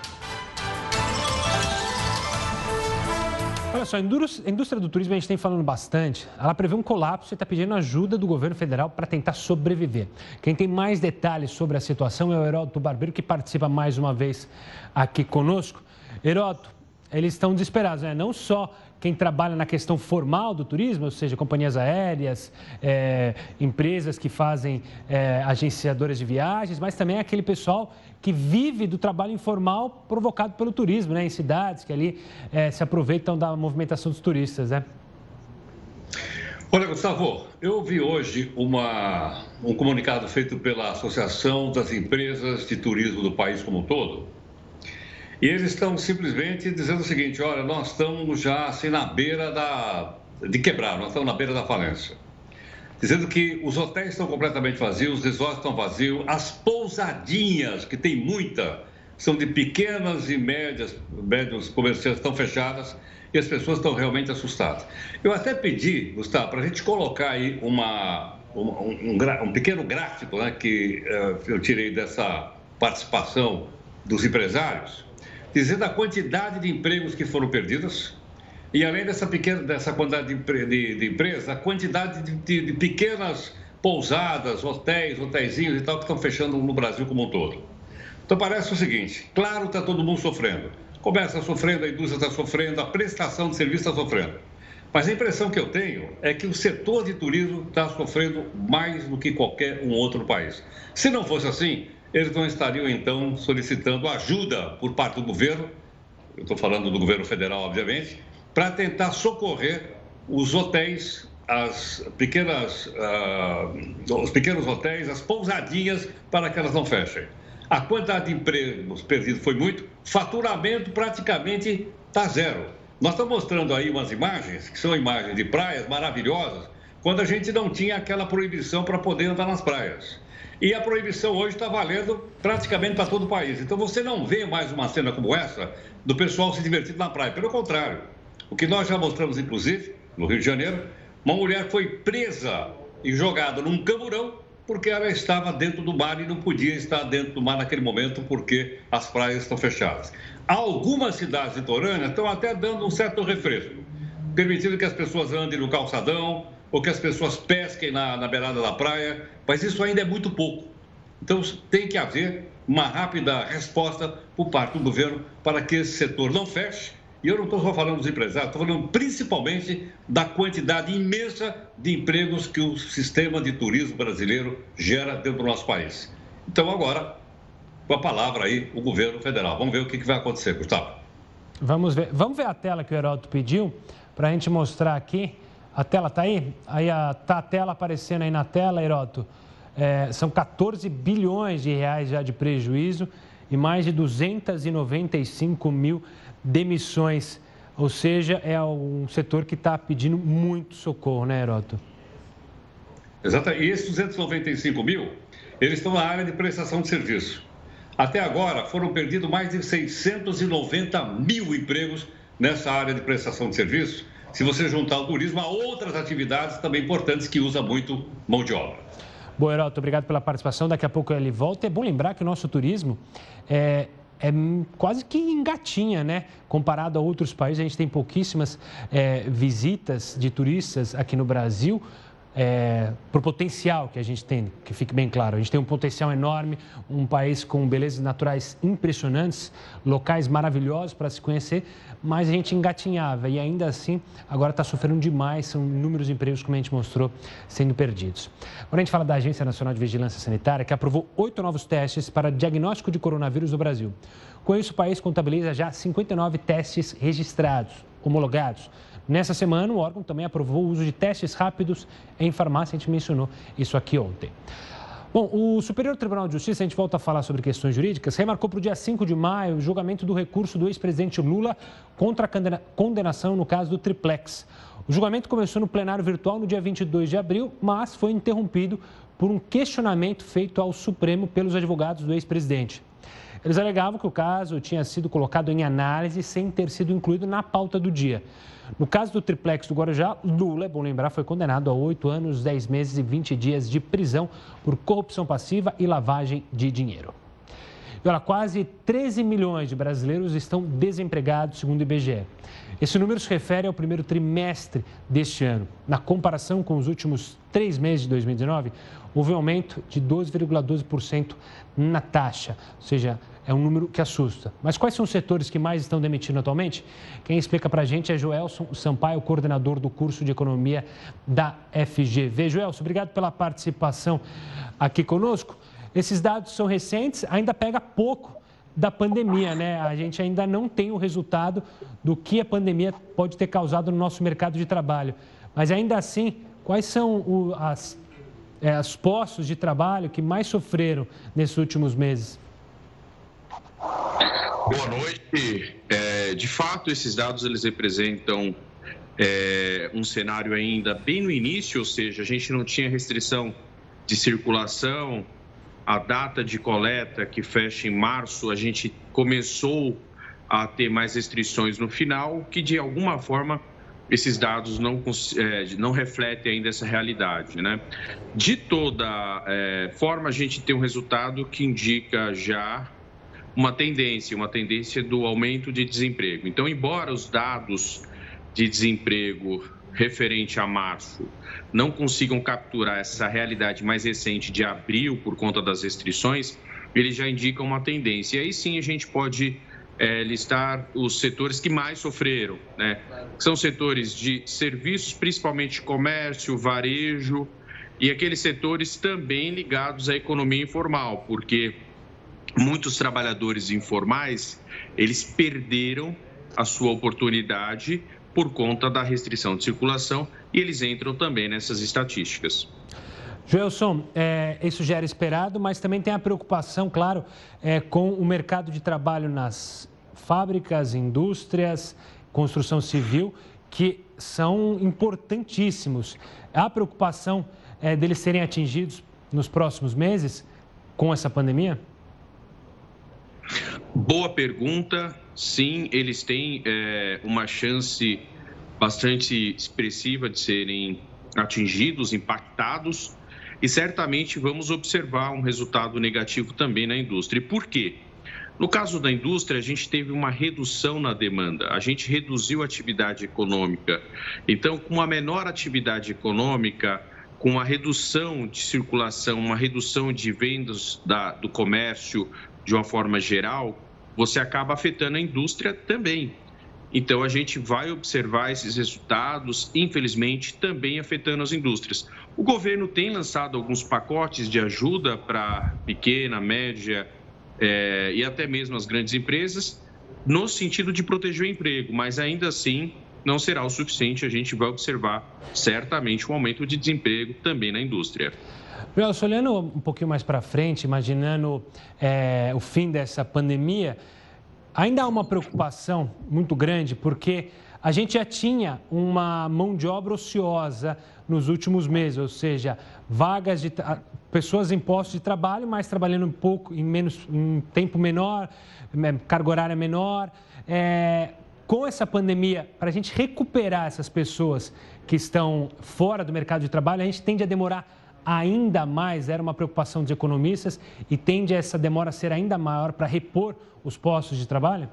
Speaker 1: Olha só, a indústria do turismo a gente tem falando bastante. Ela prevê um colapso e está pedindo ajuda do governo federal para tentar sobreviver. Quem tem mais detalhes sobre a situação é o Heródoto Barbeiro, que participa mais uma vez aqui conosco. Heródoto, eles estão desesperados, né? Não só quem trabalha na questão formal do turismo, ou seja, companhias aéreas, empresas que fazem agenciadoras de viagens, mas também aquele pessoal que vive do trabalho informal provocado pelo turismo, né? Em cidades que ali se aproveitam da movimentação dos turistas, né?
Speaker 7: Olha, Gustavo, eu vi hoje um comunicado feito pela Associação das Empresas de Turismo do país como um todo. E eles estão simplesmente dizendo o seguinte: olha, nós estamos já assim na beira de quebrar, nós estamos na beira da falência. Dizendo que os hotéis estão completamente vazios, os resorts estão vazios, as pousadinhas, que tem muita, são de pequenas e médios comerciantes, estão fechadas e as pessoas estão realmente assustadas. Eu até pedi, Gustavo, para a gente colocar aí um pequeno gráfico, né, que eu tirei dessa participação dos empresários, dizendo a quantidade de empregos que foram perdidos e, além dessa quantidade de empresas, a quantidade de pequenas pousadas, hotéisinhos e tal, que estão fechando no Brasil como um todo. Então, parece o seguinte: claro, está todo mundo sofrendo. O comércio está sofrendo, a indústria está sofrendo, a prestação de serviço está sofrendo. Mas a impressão que eu tenho é que o setor de turismo está sofrendo mais do que qualquer um outro país. Se não fosse assim, eles não estariam, então, solicitando ajuda por parte do governo, eu estou falando do governo federal, obviamente, para tentar socorrer os hotéis, os pequenos hotéis, as pousadinhas, para que elas não fechem. A quantidade de empregos perdidos foi muito, faturamento praticamente está zero. Nós estamos mostrando aí umas imagens, que são imagens de praias maravilhosas, quando a gente não tinha aquela proibição para poder andar nas praias. E a proibição hoje está valendo praticamente para todo o país. Então você não vê mais uma cena como essa do pessoal se divertindo na praia. Pelo contrário, o que nós já mostramos, inclusive, no Rio de Janeiro, uma mulher foi presa e jogada num camburão porque ela estava dentro do mar e não podia estar dentro do mar naquele momento porque as praias estão fechadas. Algumas cidades litorâneas estão até dando um certo refresco, permitindo que as pessoas andem no calçadão ou que as pessoas pesquem na beirada da praia, mas isso ainda é muito pouco. Então, tem que haver uma rápida resposta por parte do governo para que esse setor não feche E eu não estou só falando dos empresários, estou falando principalmente da quantidade imensa de empregos que o sistema de turismo brasileiro gera dentro do nosso país. Então, agora, com a palavra aí, o governo federal. Vamos ver o que vai acontecer, Gustavo.
Speaker 1: Vamos ver a tela que o Heródoto pediu para a gente mostrar aqui. A tela está aí? Aí está a tela aparecendo aí na tela, Heródoto. São 14 bilhões de reais já de prejuízo e mais de 295 mil demissões. Ou seja, é um setor que está pedindo muito socorro, né, Heródoto?
Speaker 7: Exato. E esses 295 mil, eles estão na área de prestação de serviço. Até agora, foram perdidos mais de 690 mil empregos nessa área de prestação de serviço, se você juntar o turismo a outras atividades também importantes que usam muito mão de obra.
Speaker 1: Bom, Heródoto, obrigado pela participação. Daqui a pouco ele volta. É bom lembrar que o nosso turismo é quase que engatinha, né? Comparado a outros países, a gente tem pouquíssimas visitas de turistas aqui no Brasil. Por potencial que a gente tem, que fique bem claro. A gente tem um potencial enorme, um país com belezas naturais impressionantes, locais maravilhosos para se conhecer, mas a gente engatinhava e ainda assim agora está sofrendo demais, são inúmeros empregos, como a gente mostrou, sendo perdidos. Agora a gente fala da Agência Nacional de Vigilância Sanitária, que aprovou 8 novos testes para diagnóstico de coronavírus no Brasil. Com isso, o país contabiliza já 59 testes registrados, homologados. Nessa semana, o órgão também aprovou o uso de testes rápidos em farmácia, a gente mencionou isso aqui ontem. Bom, o Superior Tribunal de Justiça, a gente volta a falar sobre questões jurídicas, remarcou para o dia 5 de maio o julgamento do recurso do ex-presidente Lula contra a condenação no caso do Triplex. O julgamento começou no plenário virtual no dia 22 de abril, mas foi interrompido por um questionamento feito ao Supremo pelos advogados do ex-presidente. Eles alegavam que o caso tinha sido colocado em análise sem ter sido incluído na pauta do dia. No caso do Triplex do Guarujá, Lula, é bom lembrar, foi condenado a 8 anos, 10 meses e 20 dias de prisão por corrupção passiva e lavagem de dinheiro. E olha, quase 13 milhões de brasileiros estão desempregados, segundo o IBGE. Esse número se refere ao primeiro trimestre deste ano. Na comparação com os últimos 3 meses de 2019, houve um aumento de 12,12% na taxa, ou seja, é um número que assusta. Mas quais são os setores que mais estão demitindo atualmente? Quem explica para a gente é Joelson Sampaio, coordenador do curso de Economia da FGV. Joelson, obrigado pela participação aqui conosco. Esses dados são recentes, ainda pega pouco da pandemia, né? A gente ainda não tem o resultado do que a pandemia pode ter causado no nosso mercado de trabalho. Mas ainda assim, quais são os postos de trabalho que mais sofreram nesses últimos meses?
Speaker 11: Boa noite. De fato, esses dados eles representam um cenário ainda bem no início, ou seja, a gente não tinha restrição de circulação. A data de coleta, que fecha em março, a gente começou a ter mais restrições no final, que de alguma forma esses dados não refletem ainda essa realidade, né? De toda forma, a gente tem um resultado que indica já uma tendência do aumento de desemprego. Então, embora os dados de desemprego referente a março não consigam capturar essa realidade mais recente de abril por conta das restrições, eles já indicam uma tendência. E aí sim a gente pode listar os setores que mais sofreram, né? São setores de serviços, principalmente comércio, varejo e aqueles setores também ligados à economia informal, porque muitos trabalhadores informais, eles perderam a sua oportunidade por conta da restrição de circulação e eles entram também nessas estatísticas.
Speaker 1: Joelson, isso já era esperado, mas também tem a preocupação, claro, com o mercado de trabalho nas fábricas, indústrias, construção civil, que são importantíssimos. Há preocupação deles serem atingidos nos próximos meses com essa pandemia?
Speaker 11: Boa pergunta. Sim, eles têm uma chance bastante expressiva de serem atingidos, impactados, e certamente vamos observar um resultado negativo também na indústria. E por quê? No caso da indústria, a gente teve uma redução na demanda, a gente reduziu a atividade econômica. Então, com uma menor atividade econômica, com a redução de circulação, uma redução de vendas do comércio de uma forma geral, você acaba afetando a indústria também. Então, a gente vai observar esses resultados, infelizmente, também afetando as indústrias. O governo tem lançado alguns pacotes de ajuda para pequena, média e até mesmo as grandes empresas, no sentido de proteger o emprego, mas ainda assim não será o suficiente. A gente vai observar certamente um aumento de desemprego também na indústria.
Speaker 1: Gelson, olhando um pouquinho mais para frente, imaginando o fim dessa pandemia, ainda há uma preocupação muito grande, porque a gente já tinha uma mão de obra ociosa nos últimos meses, ou seja, vagas de pessoas em postos de trabalho, mas trabalhando um pouco em tempo menor, carga horária menor. Com essa pandemia, para a gente recuperar essas pessoas que estão fora do mercado de trabalho, a gente tende a demorar ainda mais, era uma preocupação dos economistas, e tende essa demora a ser ainda maior para repor os postos de trabalho?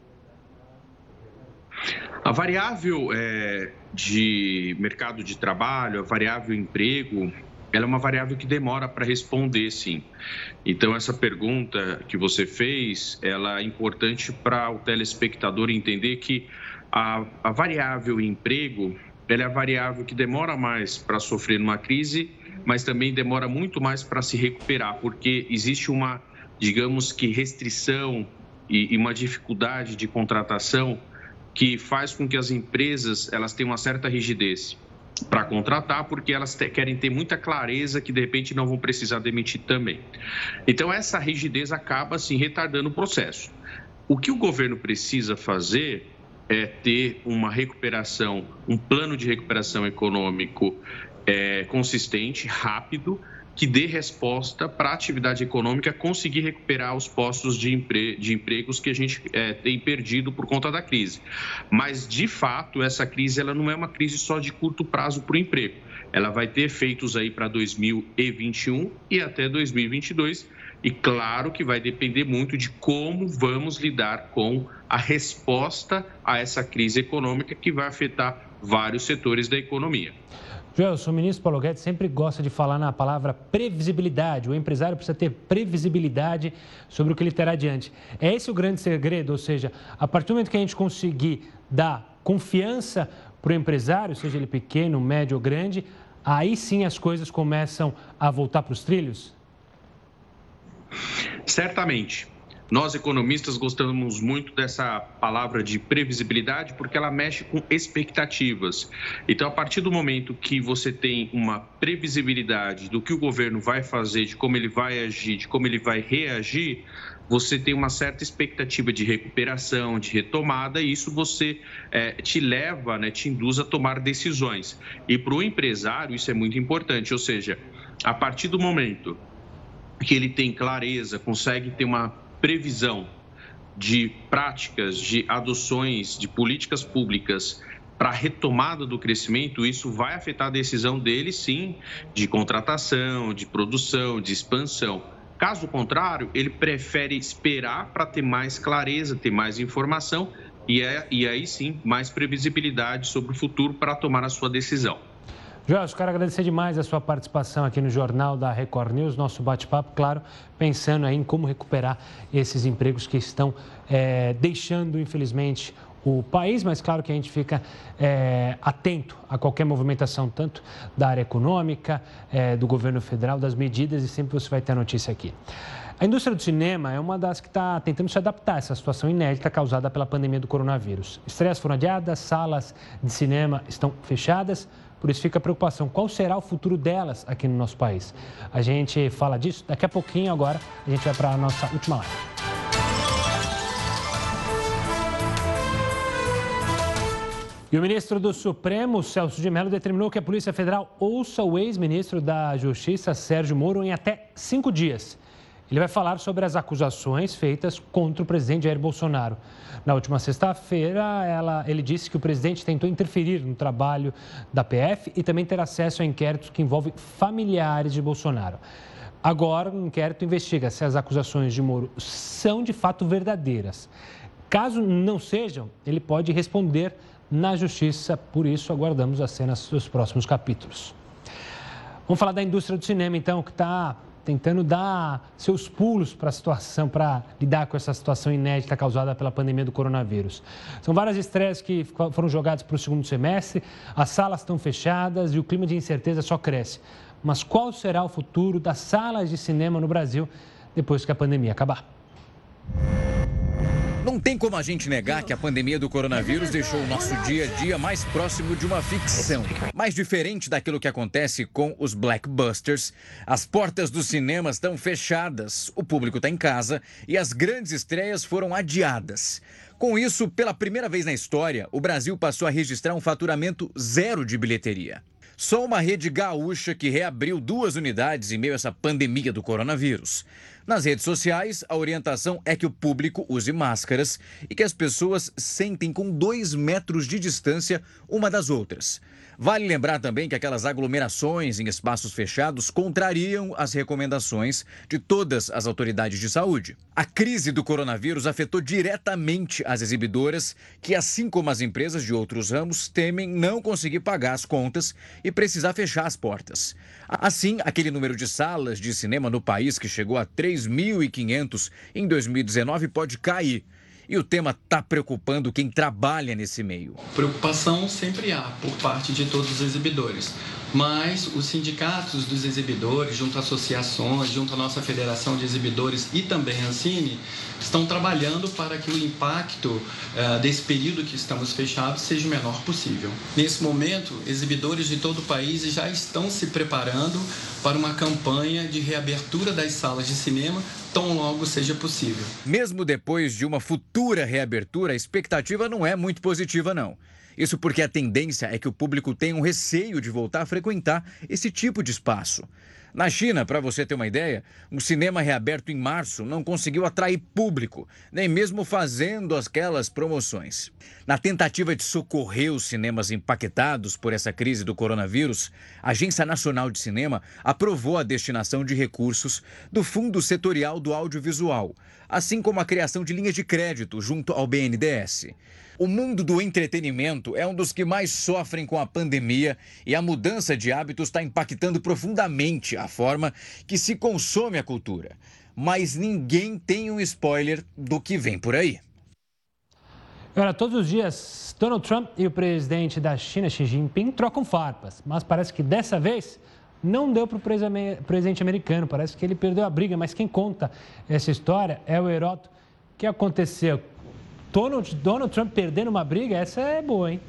Speaker 11: A variável de mercado de trabalho, a variável emprego, ela é uma variável que demora para responder, sim. Então, essa pergunta que você fez, ela é importante para o telespectador entender que a variável emprego, ela é a variável que demora mais para sofrer numa crise, mas também demora muito mais para se recuperar, porque existe uma, digamos que, restrição e uma dificuldade de contratação que faz com que as empresas elas tenham uma certa rigidez para contratar, porque elas querem ter muita clareza que, de repente, não vão precisar demitir também. Então, essa rigidez acaba, assim, retardando o processo. O que o governo precisa fazer é ter uma recuperação, um plano de recuperação econômico consistente, rápido, que dê resposta para a atividade econômica conseguir recuperar os postos de empregos que a gente tem perdido por conta da crise. Mas, de fato, essa crise ela não é uma crise só de curto prazo para o emprego. Ela vai ter efeitos aí para 2021 e até 2022. E claro que vai depender muito de como vamos lidar com a resposta a essa crise econômica que vai afetar vários setores da economia.
Speaker 1: Gelson, o ministro Paulo Guedes sempre gosta de falar na palavra previsibilidade. O empresário precisa ter previsibilidade sobre o que ele terá adiante. É esse o grande segredo, ou seja, a partir do momento que a gente conseguir dar confiança para o empresário, seja ele pequeno, médio ou grande, aí sim as coisas começam a voltar para os trilhos?
Speaker 11: Certamente. Nós, economistas, gostamos muito dessa palavra de previsibilidade porque ela mexe com expectativas. Então, a partir do momento que você tem uma previsibilidade do que o governo vai fazer, de como ele vai agir, de como ele vai reagir, você tem uma certa expectativa de recuperação, de retomada, e isso você te leva, te induz a tomar decisões. E para o empresário isso é muito importante, ou seja, a partir do momento que ele tem clareza, consegue ter uma previsão de práticas, de adoções, de políticas públicas para a retomada do crescimento, isso vai afetar a decisão dele, sim, de contratação, de produção, de expansão. Caso contrário, ele prefere esperar para ter mais clareza, ter mais informação e aí sim, mais previsibilidade sobre o futuro para tomar a sua decisão.
Speaker 1: Gelson, quero agradecer demais a sua participação aqui no Jornal da Record News, nosso bate-papo, claro, pensando aí em como recuperar esses empregos que estão deixando, infelizmente, o país, mas claro que a gente fica atento a qualquer movimentação, tanto da área econômica, do governo federal, das medidas, e sempre você vai ter a notícia aqui. A indústria do cinema é uma das que está tentando se adaptar a essa situação inédita causada pela pandemia do coronavírus. Estreias foram adiadas, salas de cinema estão fechadas. Por isso fica a preocupação, qual será o futuro delas aqui no nosso país? A gente fala disso daqui a pouquinho, agora a gente vai para a nossa última live. E o ministro do Supremo, Celso de Mello, determinou que a Polícia Federal ouça o ex-ministro da Justiça, Sérgio Moro, em até 5 dias. Ele vai falar sobre as acusações feitas contra o presidente Jair Bolsonaro. Na última sexta-feira, ele disse que o presidente tentou interferir no trabalho da PF e também ter acesso a inquéritos que envolvem familiares de Bolsonaro. Agora, o inquérito investiga se as acusações de Moro são de fato verdadeiras. Caso não sejam, ele pode responder na Justiça, por isso aguardamos as cenas dos próximos capítulos. Vamos falar da indústria do cinema, então, que está tentando dar seus pulos para a situação, para lidar com essa situação inédita causada pela pandemia do coronavírus. São várias estreias que foram jogadas para o segundo semestre, as salas estão fechadas e o clima de incerteza só cresce. Mas qual será o futuro das salas de cinema no Brasil depois que a pandemia acabar?
Speaker 4: Não tem como a gente negar que a pandemia do coronavírus deixou o nosso dia a dia mais próximo de uma ficção. Mais diferente daquilo que acontece com os blockbusters, as portas dos cinemas estão fechadas, o público está em casa e as grandes estreias foram adiadas. Com isso, pela primeira vez na história, o Brasil passou a registrar um faturamento zero de bilheteria. Só uma rede gaúcha que reabriu 2 unidades em meio a essa pandemia do coronavírus. Nas redes sociais, a orientação é que o público use máscaras e que as pessoas sentem com 2 metros de distância uma das outras. Vale lembrar também que aquelas aglomerações em espaços fechados contrariam as recomendações de todas as autoridades de saúde. A crise do coronavírus afetou diretamente as exibidoras, que, assim como as empresas de outros ramos, temem não conseguir pagar as contas e precisar fechar as portas. Assim, aquele número de salas de cinema no país, que chegou a 3.500 em 2019, pode cair. E o tema está preocupando quem trabalha nesse meio.
Speaker 12: Preocupação sempre há por parte de todos os exibidores, mas os sindicatos dos exibidores, junto a associações, junto à nossa Federação de Exibidores e também a Ancine, estão trabalhando para que o impacto desse período que estamos fechados seja o menor possível. Nesse momento, exibidores de todo o país já estão se preparando para uma campanha de reabertura das salas de cinema tão logo seja possível.
Speaker 4: Mesmo depois de uma futura reabertura, a expectativa não é muito positiva, não. Isso porque a tendência é que o público tenha um receio de voltar a frequentar esse tipo de espaço. Na China, para você ter uma ideia, um cinema reaberto em março não conseguiu atrair público, nem mesmo fazendo aquelas promoções. Na tentativa de socorrer os cinemas impactados por essa crise do coronavírus, a Agência Nacional de Cinema aprovou a destinação de recursos do Fundo Setorial do Audiovisual, assim como a criação de linhas de crédito junto ao BNDES. O mundo do entretenimento é um dos que mais sofrem com a pandemia e a mudança de hábitos está impactando profundamente a forma que se consome a cultura. Mas ninguém tem um spoiler do que vem por aí.
Speaker 1: Olha, todos os dias, Donald Trump e o presidente da China, Xi Jinping, trocam farpas. Mas parece que dessa vez não deu para o presidente americano. Parece que ele perdeu a briga. Mas quem conta essa história é o Heródoto. O que aconteceu? Donald Trump perdendo uma briga, essa é boa, hein?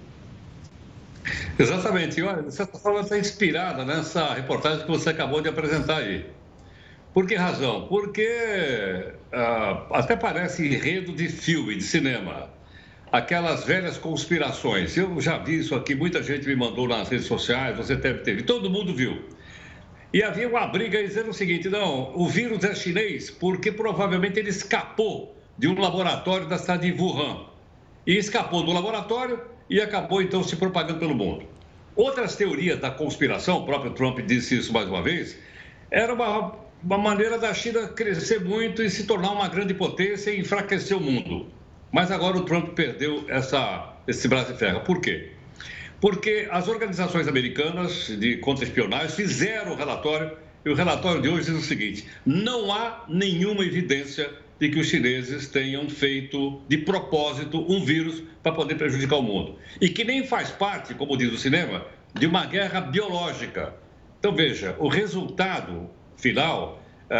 Speaker 7: Exatamente. Olha, de certa forma, está inspirada nessa reportagem que você acabou de apresentar aí. Por que razão? Porque até parece enredo de filme, de cinema. Aquelas velhas conspirações. Eu já vi isso aqui, muita gente me mandou nas redes sociais, você deve ter visto, todo mundo viu. E havia uma briga dizendo o seguinte: não, o vírus é chinês porque provavelmente ele escapou de um laboratório da cidade de Wuhan. E escapou do laboratório e acabou, então, se propagando pelo mundo. Outras teorias da conspiração, o próprio Trump disse isso mais uma vez, era uma maneira da China crescer muito e se tornar uma grande potência e enfraquecer o mundo. Mas agora o Trump perdeu esse braço de ferro. Por quê? Porque as organizações americanas de contra-espionagem fizeram o relatório, e o relatório de hoje diz o seguinte: não há nenhuma evidência de que os chineses tenham feito de propósito um vírus para poder prejudicar o mundo. E que nem faz parte, como diz o cinema, de uma guerra biológica. Então, veja, o resultado final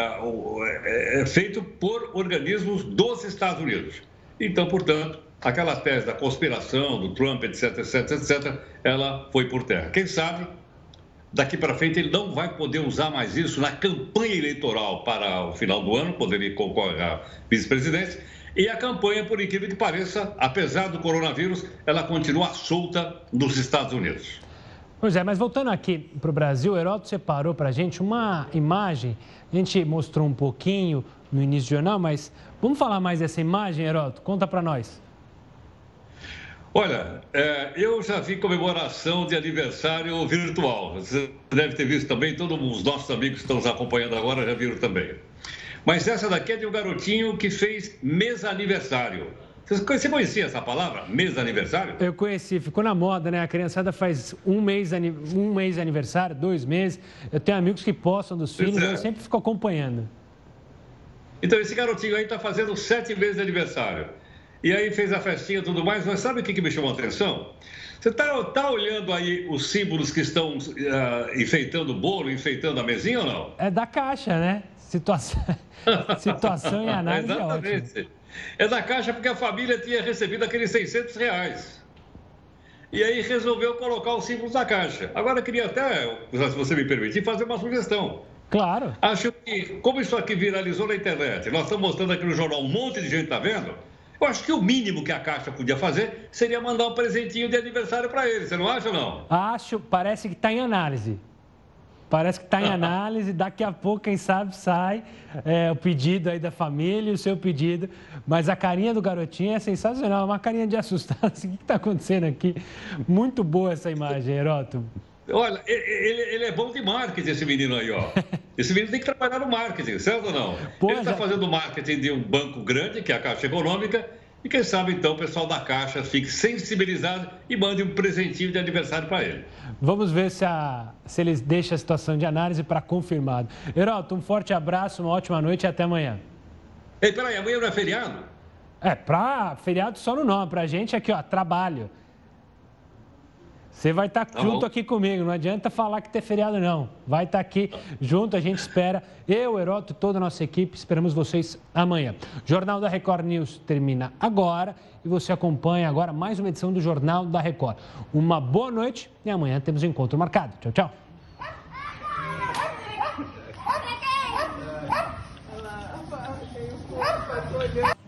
Speaker 7: é feito por organismos dos Estados Unidos. Então, portanto, aquela tese da conspiração, do Trump, etc., etc., etc., ela foi por terra. Quem sabe, daqui para frente, ele não vai poder usar mais isso na campanha eleitoral para o final do ano, quando ele concorre à vice-presidência. E a campanha, por incrível que pareça, apesar do coronavírus, ela continua solta nos Estados Unidos.
Speaker 1: Pois é, mas voltando aqui para o Brasil, o Heródoto separou para a gente uma imagem. A gente mostrou um pouquinho no início do jornal, mas vamos falar mais dessa imagem, Heródoto? Conta para nós.
Speaker 7: Olha, eu já vi comemoração de aniversário virtual. Você deve ter visto também, todos os nossos amigos que estão nos acompanhando agora já viram também. Mas essa daqui é de um garotinho que fez mês aniversário. Você conhecia essa palavra, mês de aniversário?
Speaker 1: Eu conheci, ficou na moda, né? A criançada faz um mês de aniversário, 2 meses. Eu tenho amigos que postam dos filhos, eu sempre fico acompanhando.
Speaker 7: Então, esse garotinho aí está fazendo 7 meses de aniversário. E aí fez a festinha e tudo mais, mas sabe o que me chamou a atenção? Você está olhando aí os símbolos que estão enfeitando o bolo, enfeitando a mesinha ou não?
Speaker 1: É da Caixa, né? Situação em análise é ótimo.
Speaker 7: É da Caixa porque a família tinha recebido aqueles R$600. E aí resolveu colocar os símbolos da Caixa. Agora eu queria até, se você me permitir, fazer uma sugestão.
Speaker 1: Claro.
Speaker 7: Acho que, como isso aqui viralizou na internet, nós estamos mostrando aqui no jornal, um monte de gente está vendo. Eu acho que o mínimo que a Caixa podia fazer seria mandar um presentinho de aniversário para ele. Você não acha ou não?
Speaker 1: Acho, parece que está em análise. Parece que está em análise, daqui a pouco, quem sabe, sai o pedido aí da família, o seu pedido. Mas a carinha do garotinho é sensacional, uma carinha de assustado. Assim, o que está acontecendo aqui? Muito boa essa imagem, Heródoto.
Speaker 7: Olha, ele é bom de marketing, esse menino aí, ó. Esse menino tem que trabalhar no marketing, certo ou não? Ele está fazendo marketing de um banco grande, que é a Caixa Econômica, e quem sabe, então, o pessoal da Caixa fique sensibilizado e mande um presentinho de aniversário para ele.
Speaker 1: Vamos ver se eles deixam a situação de análise para confirmado. Heródoto, um forte abraço, uma ótima noite e até amanhã.
Speaker 7: Ei, peraí, amanhã não é feriado?
Speaker 1: Feriado só no nome, pra gente aqui, ó, trabalho. Você vai estar junto aqui comigo, não adianta falar que tem feriado, não. Vai estar aqui junto, a gente espera. Eu, Heródoto, toda a nossa equipe, esperamos vocês amanhã. Jornal da Record News termina agora e você acompanha agora mais uma edição do Jornal da Record. Uma boa noite e amanhã temos um encontro marcado. Tchau, tchau.